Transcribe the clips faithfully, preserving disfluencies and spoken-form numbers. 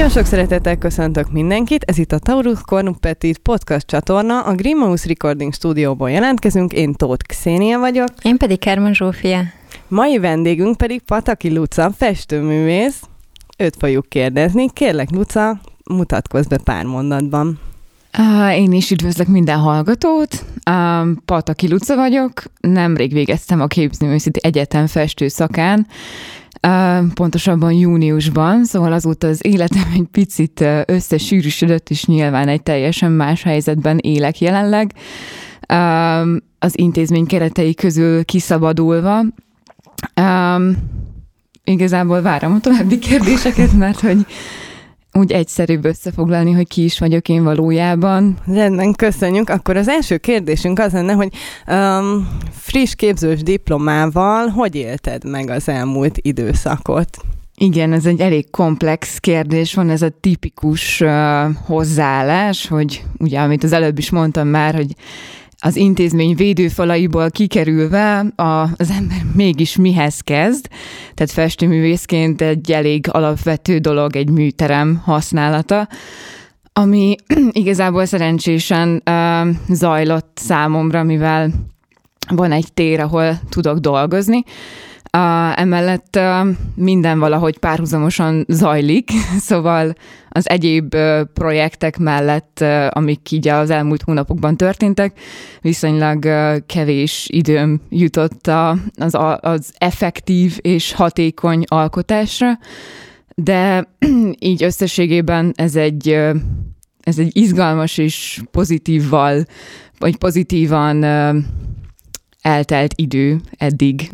Nagyon sok szeretettel köszöntök mindenkit, ez itt a Taurus Cornupetit podcast csatorna, a Green Mouse Recording Stúdióból jelentkezünk, én Tóth Kszénia vagyok. Én pedig Kármán Zsófia. Mai vendégünk pedig Pataki Luca, festőművész. Őt fogjuk kérdezni. Kérlek, Luca, mutatkozz be pár mondatban. Uh, én is üdvözlök minden hallgatót. Uh, Pataki Luca vagyok. Nemrég végeztem a Képzőművészeti Egyetem festőszakán, uh, pontosabban júniusban, szóval azóta az életem egy picit összesűrűsödött, és nyilván egy teljesen más helyzetben élek jelenleg. Uh, az intézmény keretei közül kiszabadulva. Uh, igazából várom a további kérdéseket, mert hogy úgy egyszerűbb összefoglalni, hogy ki is vagyok én valójában. Rendben, köszönjük. Akkor az első kérdésünk az lenne, hogy um, friss képzős diplomával hogy élted meg az elmúlt időszakot? Igen, ez egy elég komplex kérdés, van ez a tipikus uh, hozzáállás, hogy ugye, amit az előbb is mondtam már, hogy az intézmény védőfalaiból kikerülve a, az ember mégis mihez kezd. Tehát festőművészként egy elég alapvető dolog egy műterem használata, ami igazából szerencsésen uh, zajlott számomra, mivel van egy tér, ahol tudok dolgozni. Uh, emellett uh, minden valahogy párhuzamosan zajlik, szóval az egyéb uh, projektek mellett, uh, amik így az elmúlt hónapokban történtek, viszonylag uh, kevés időm jutott a, az, az effektív és hatékony alkotásra, de így összességében ez egy, uh, ez egy izgalmas és pozitívval, vagy pozitívan uh, eltelt idő eddig.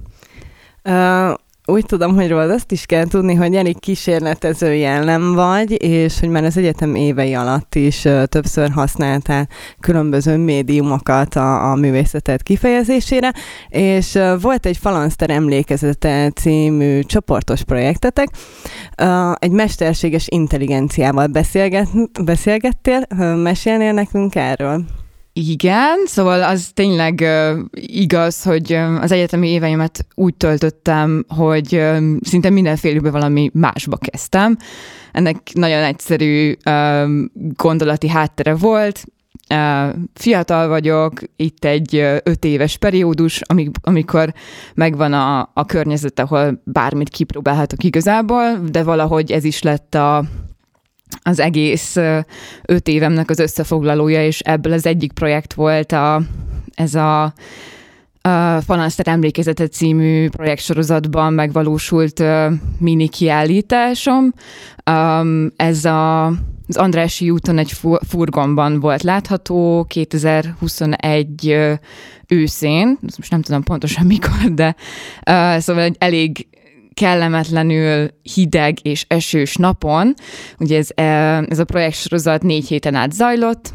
Uh, úgy tudom, hogy rólad azt is kell tudni, hogy elég kísérletező jellem vagy, és hogy már az egyetem évei alatt is uh, többször használtál különböző médiumokat a, a művészeted kifejezésére, és uh, volt egy Falanszter emlékezete című csoportos projektetek. Uh, egy mesterséges intelligenciával beszélget, beszélgettél, uh, mesélnél nekünk erről? Igen, szóval az tényleg uh, igaz, hogy uh, az egyetemi éveimet úgy töltöttem, hogy uh, szinte mindenfélében valami másba kezdtem. Ennek nagyon egyszerű uh, gondolati háttere volt. Uh, fiatal vagyok, itt egy uh, öt éves periódus, amik, amikor megvan a, a környezet, ahol bármit kipróbálhatok igazából, de valahogy ez is lett a az egész öt évemnek az összefoglalója, és ebből az egyik projekt volt a, ez a, a Falanszter emlékezete című projektsorozatban megvalósult uh, mini kiállításom. Um, ez a, az Andrássy úton egy furgonban volt látható kétezer-huszonegy uh, őszén, most nem tudom pontosan mikor, de uh, szóval egy elég kellemetlenül hideg és esős napon. Ugye ez, ez a projektsorozat négy héten át zajlott,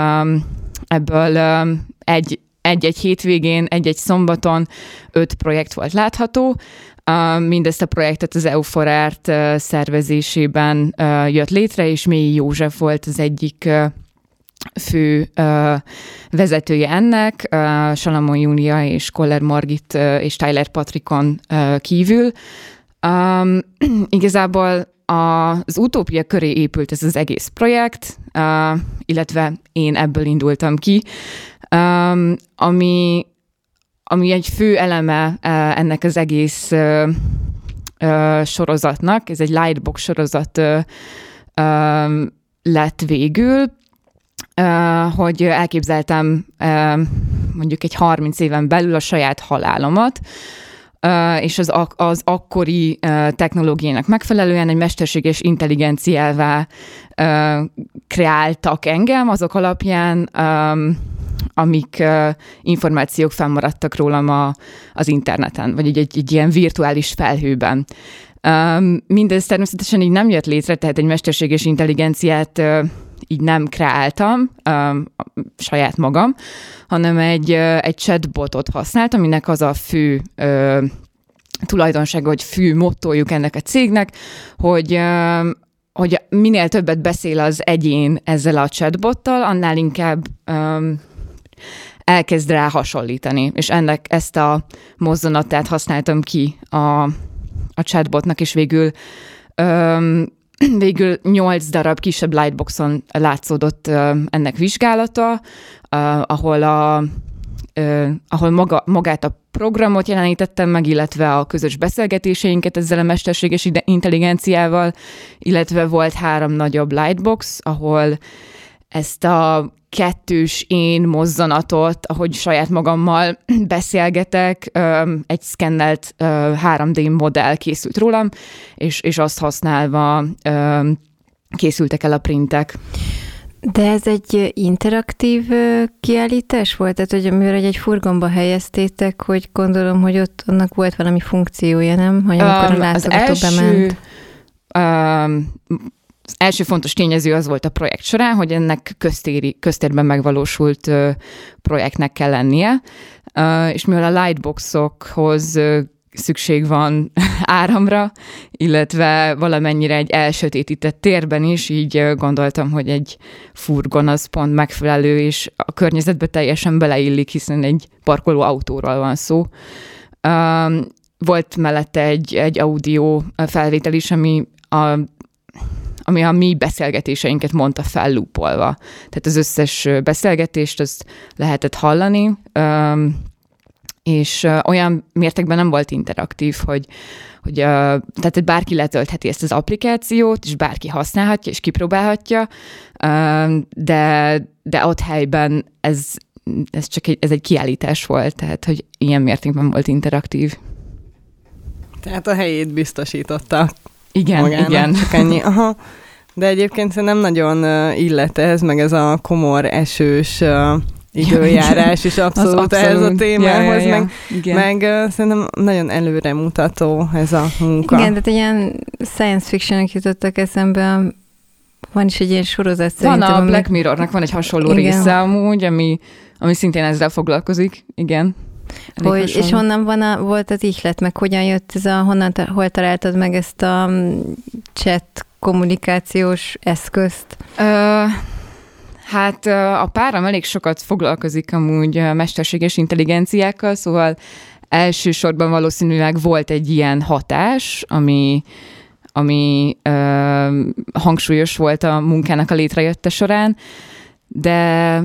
ebből egy, egy-egy hétvégén, egy-egy szombaton öt projekt volt látható. Mindezt a projektet az Euforárt szervezésében jött létre, és Mélyi József volt az egyik fő uh, vezetője ennek, uh, Salamon Júlia és Koller Margit uh, és Tyler Patrikon uh, kívül. Um, igazából a, az utópia köré épült ez az egész projekt, uh, illetve én ebből indultam ki, um, ami, ami egy fő eleme uh, ennek az egész uh, uh, sorozatnak, ez egy Lightbox sorozat uh, uh, lett végül, Uh, hogy elképzeltem uh, mondjuk egy harminc éven belül a saját halálomat, uh, és az, ak- az akkori uh, technológiának megfelelően egy mesterséges intelligenciává uh, kreáltak engem azok alapján, um, amik uh, információk fennmaradtak rólam a, az interneten, vagy egy, egy, egy ilyen virtuális felhőben. Um, mindez természetesen így nem jött létre, tehát egy mesterséges intelligenciát uh, így nem kreáltam um, saját magam, hanem egy, uh, egy chatbotot használtam, aminek az a fő uh, tulajdonsága, hogy fő mottójuk ennek a cégnek, hogy, uh, hogy minél többet beszél az egyén ezzel a chatbottal, annál inkább um, elkezd rá hasonlítani, és ennek ezt a mozzanatát használtam ki a, a chatbotnak, és végül um, végül nyolc darab kisebb lightboxon látszódott uh, ennek vizsgálata, uh, ahol, a, uh, ahol maga, magát a programot jelenítettem meg, illetve a közös beszélgetéseinket ezzel a mesterséges intelligenciával, illetve volt három nagyobb lightbox, ahol ezt a kettős én mozzanatot, ahogy saját magammal beszélgetek, egy szkennelt három dé modell készült rólam, és, és azt használva készültek el a printek. De ez egy interaktív kiállítás volt? Tehát, hogy mivel egy furgonba helyeztétek, hogy gondolom, hogy ott annak volt valami funkciója, nem? Hogy amikor um, a látogató az első, bement. Um, az első fontos tényező az volt a projekt során, hogy ennek köztéri, köztérben megvalósult uh, projektnek kell lennie, uh, és mivel a lightboxokhoz uh, szükség van áramra, illetve valamennyire egy elsötétített térben is, így gondoltam, hogy egy furgon az pont megfelelő, és a környezetbe teljesen beleillik, hiszen egy parkoló autóról van szó. Volt mellette egy, egy audio felvétel is, ami a, ami a mi beszélgetéseinket mondta fellúpolva. Tehát az összes beszélgetést azt lehetett hallani, és uh, olyan mértékben nem volt interaktív, hogy, hogy uh, tehát bárki letöltheti ezt az applikációt, és bárki használhatja, és kipróbálhatja, uh, de, de ott helyben ez, ez csak egy, ez egy kiállítás volt, tehát hogy ilyen mértékben volt interaktív. Tehát a helyét biztosította. Igen, magának, igen. Csak ennyi. Aha. De egyébként szerintem nagyon uh, illet ez, meg ez a komor, esős uh, időjárás is abszolút, abszolút ehhez a témához, ja, ja, ja. meg, meg uh, szerintem nagyon előremutató ez a munka. Igen, tehát ilyen science fiction-nek jutottak eszembe, van is egy ilyen sorozat van szerintem. Van a Black Mirrornak van egy hasonló igen. része amúgy, ami, ami szintén ezzel foglalkozik, igen. Hogy, és honnan van a, volt az ihlet, meg hogyan jött ez a, honnan, hol találtad meg ezt a chat kommunikációs eszközt? Ö, hát a páram elég sokat foglalkozik amúgy mesterséges intelligenciákkal, szóval elsősorban valószínűleg volt egy ilyen hatás, ami, ami ö, hangsúlyos volt a munkának a létrejötte során, de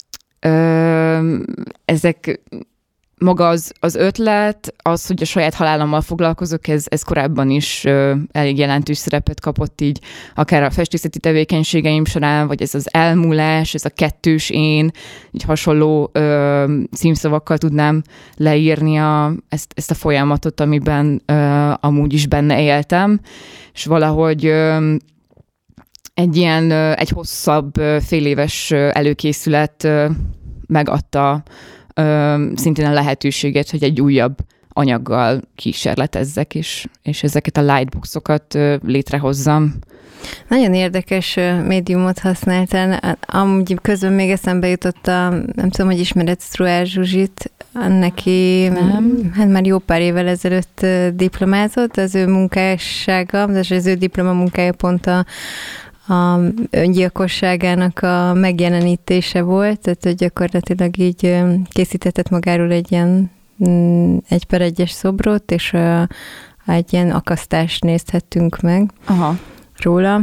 ö, ezek maga az, az ötlet, az, hogy a saját halálommal foglalkozok, ez, ez korábban is ö, elég jelentős szerepet kapott így, akár a festészeti tevékenységeim során, vagy ez az elmúlás, ez a kettős én, így hasonló ö, címszavakkal tudnám leírni a, ezt, ezt a folyamatot, amiben ö, amúgy is benne éltem, és valahogy ö, egy ilyen, ö, egy hosszabb ö, fél éves ö, előkészület ö, megadta szintén a lehetőséget, hogy egy újabb anyaggal kísérletezzek, és, és ezeket a lightboxokat létrehozzam. Nagyon érdekes médiumot használtál. Amúgy közben még eszembe jutott a, nem tudom, hogy ismered Struár Zsuzsit, neki nem. Hát már jó pár évvel ezelőtt diplomázott, az ő munkássága, az ő diplomamunkája pont a a öngyilkosságának a megjelenítése volt, tehát hogy gyakorlatilag így készítetett magáról egy ilyen egy per egyes szobrot, és egy ilyen akasztást nézhettünk meg Aha. róla.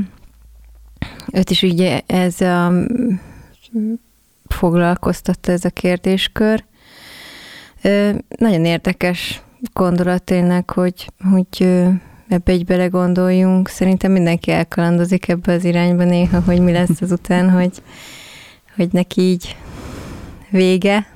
Őt is ugye ez a, foglalkoztatta ez a kérdéskör. Nagyon érdekes gondolat tényleg, hogy, hogy ebbe így belegondoljunk. Szerintem mindenki elkalandozik ebbe az irányba néha, hogy mi lesz azután, hogy, hogy neki így vége.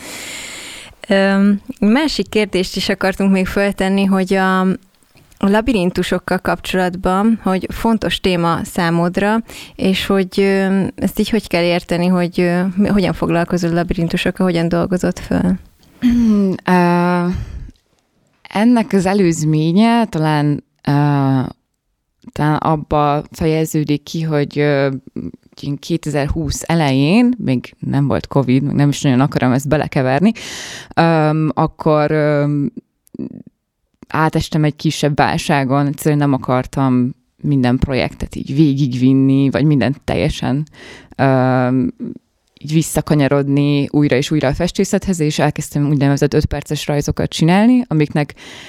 Üm, másik kérdést is akartunk még föltenni, hogy a, a labirintusokkal kapcsolatban, hogy fontos téma számodra, és hogy ezt így hogy kell érteni, hogy hogyan foglalkozol labirintusokkal, hogyan dolgozott föl? Uh... Ennek az előzménye talán, uh, talán abba fejeződik ki, hogy uh, kétezer-húsz elején, még nem volt Covid, még nem is nagyon akarom ezt belekeverni, um, akkor um, átestem egy kisebb válságon, egyszerűen nem akartam minden projektet így végigvinni, vagy mindent teljesen um, így visszakanyarodni újra és újra a festészethez, és elkezdtem úgynevezett öt perces rajzokat csinálni, amiknek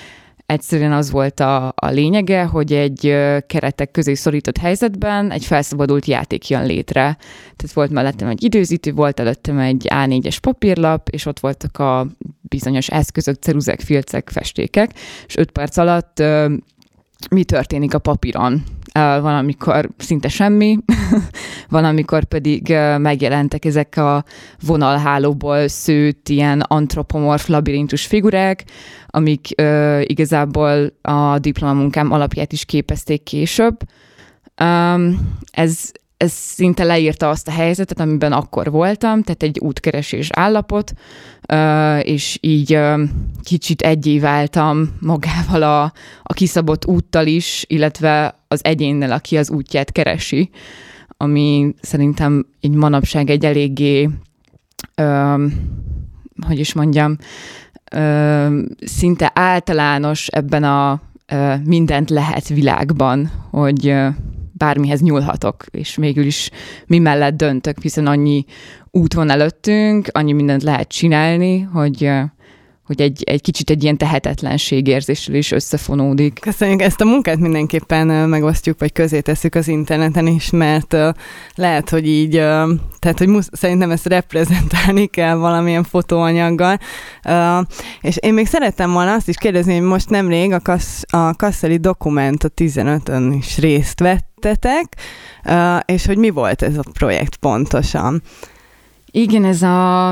egyszerűen az volt a, a lényege, hogy egy keretek közé szorított helyzetben egy felszabadult játék jön létre. Tehát volt mellettem egy időzítő, volt előttem egy á négyes papírlap, és ott voltak a bizonyos eszközök, ceruzek, filcek, festékek, és öt perc alatt mi történik a papíron. Van, amikor szinte semmi, van, amikor pedig megjelentek ezek a vonalhálóból szőtt ilyen antropomorf labirintus figurák, amik uh, igazából a diplomamunkám alapját is képezték később. Um, ez, ez szinte leírta azt a helyzetet, amiben akkor voltam, tehát egy útkeresés állapot, uh, és így uh, kicsit egyé váltam magával a, a kiszabott úttal is, illetve az egyénnel, aki az útját keresi, ami szerintem így manapság egy eléggé, uh, hogy is mondjam, uh, szinte általános ebben a uh, mindent lehet világban, hogy uh, bármihez nyúlhatok, és végül is mi mellett döntök, hiszen annyi út van előttünk, annyi mindent lehet csinálni, hogy, hogy egy, egy kicsit egy ilyen tehetetlenségérzéssel is összefonódik. Köszönjük, ezt a munkát mindenképpen megosztjuk, vagy közé tesszük az interneten is, mert lehet, hogy így, tehát hogy musz, szerintem ezt reprezentálni kell valamilyen fotóanyaggal. És én még szerettem volna azt is kérdezni, hogy most nemrég a, Kasz, a Kasszeli Dokumenta tizenötön is részt vettetek, és hogy mi volt ez a projekt pontosan? Igen, ez a...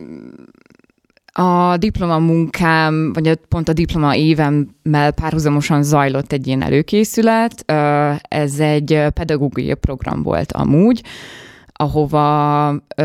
A diplomamunkám, vagy pont a diploma évemmel párhuzamosan zajlott egy ilyen előkészület. Ez egy pedagógiai program volt amúgy, ahova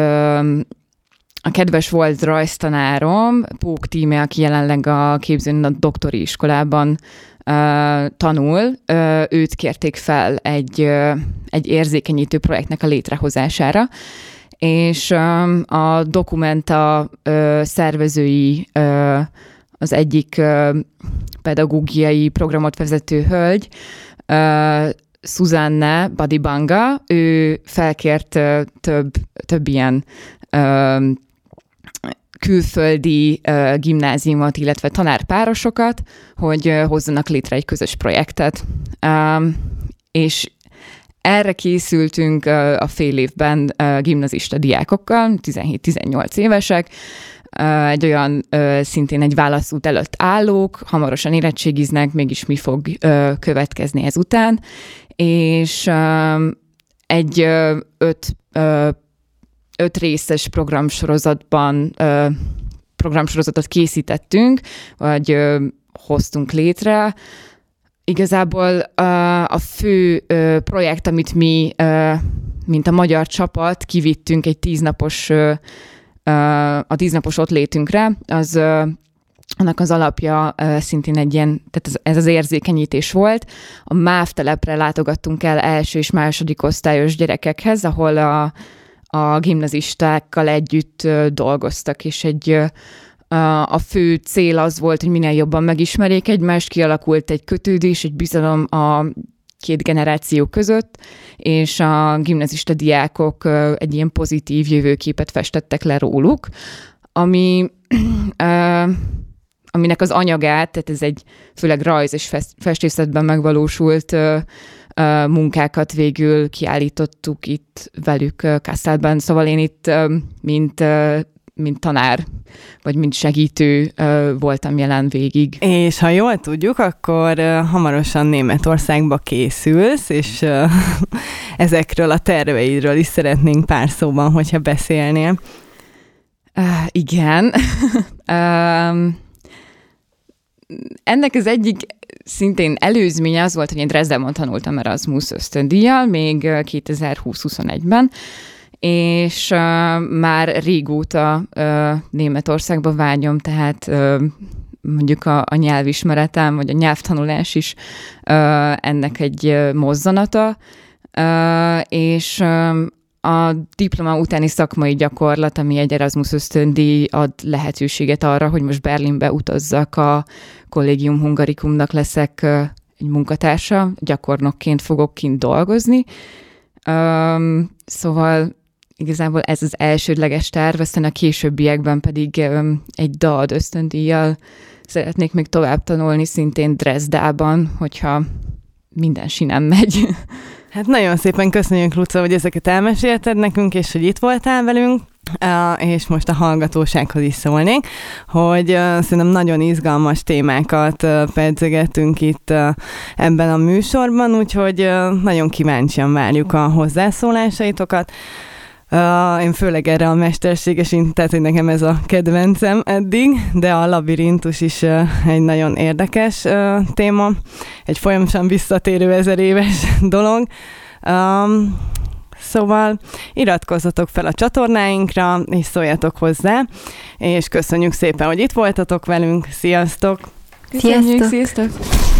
a kedves volt rajztanárom, Pók Tíme, aki jelenleg a képzőn a doktori iskolában tanul, őt kérték fel egy, egy érzékenyítő projektnek a létrehozására, és um, a Dokumenta uh, szervezői uh, az egyik uh, pedagógiai programot vezető hölgy, uh, Susanne Badibanga, ő felkért uh, több, több ilyen uh, külföldi uh, gimnáziumot, illetve tanárpárosokat, hogy uh, hozzanak létre egy közös projektet. Um, és Erre készültünk a fél évben gimnazista diákokkal, tizenhét-tizennyolc évesek, egy olyan szintén egy válaszút előtt állók, hamarosan érettségiznek, mégis mi fog következni ezután, és egy öt, öt részes programsorozatban programsorozatot készítettünk, vagy hoztunk létre. Igazából uh, a fő uh, projekt, amit mi, uh, mint a magyar csapat, kivittünk egy tíznapos, uh, uh, a tíznapos ott létünkre, az uh, annak az alapja uh, szintén egy ilyen, tehát ez, ez az érzékenyítés volt. A MÁV telepre látogattunk el első és második osztályos gyerekekhez, ahol a, a gimnazistákkal együtt uh, dolgoztak, és egy uh, a fő cél az volt, hogy minél jobban megismerjék egymást, kialakult egy kötődés, egy bizalom a két generáció között, és a gimnazista diákok egy ilyen pozitív jövőképet festettek le róluk, ami, aminek az anyagát, tehát ez egy főleg rajz és festészetben megvalósult munkákat végül kiállítottuk itt velük Kasszelben, szóval én itt mint mint tanár, vagy mint segítő uh, voltam jelen végig. És ha jól tudjuk, akkor uh, hamarosan Németországba készülsz, és uh, ezekről a terveidről is szeretnénk pár szóban, hogyha beszélnél. Uh, igen. um, ennek az egyik szintén előzménye az volt, hogy én Dresdenben tanultam Erasmus ösztöndíjjal, még kétezer-húsz-huszonegyben, és uh, már régóta uh, Németországba vágyom, tehát uh, mondjuk a, a nyelvismeretem, vagy a nyelvtanulás is uh, ennek egy uh, mozzanata, uh, és uh, a diploma utáni szakmai gyakorlat, ami egy Erasmus ösztöndíj, ad lehetőséget arra, hogy most Berlinbe utazzak, a Collegium Hungaricumnak leszek uh, egy munkatársa, gyakornokként fogok kint dolgozni. Um, szóval igazából ez az elsődleges terv, aztán a későbbiekben pedig um, egy D A D ösztöndíjjal szeretnék még tovább tanulni, szintén Dresdában, hogyha minden sinem megy. Hát nagyon szépen köszönjük, Luca, hogy ezeket elmesélted nekünk, és hogy itt voltál velünk. Uh, és most a hallgatósághoz is szólnék, hogy uh, szerintem nagyon izgalmas témákat uh, pedzegettünk itt uh, ebben a műsorban, úgyhogy uh, nagyon kíváncsian várjuk a hozzászólásaitokat. Uh, én főleg erre a mesterséges, tehát hogy nekem ez a kedvencem eddig, de a labirintus is uh, egy nagyon érdekes uh, téma, egy folyamatosan visszatérő ezer éves dolog. Um, Szóval iratkozzatok fel a csatornáinkra, és szóljatok hozzá, és köszönjük szépen, hogy itt voltatok velünk. Sziasztok! Köszönjük, sziasztok! sziasztok.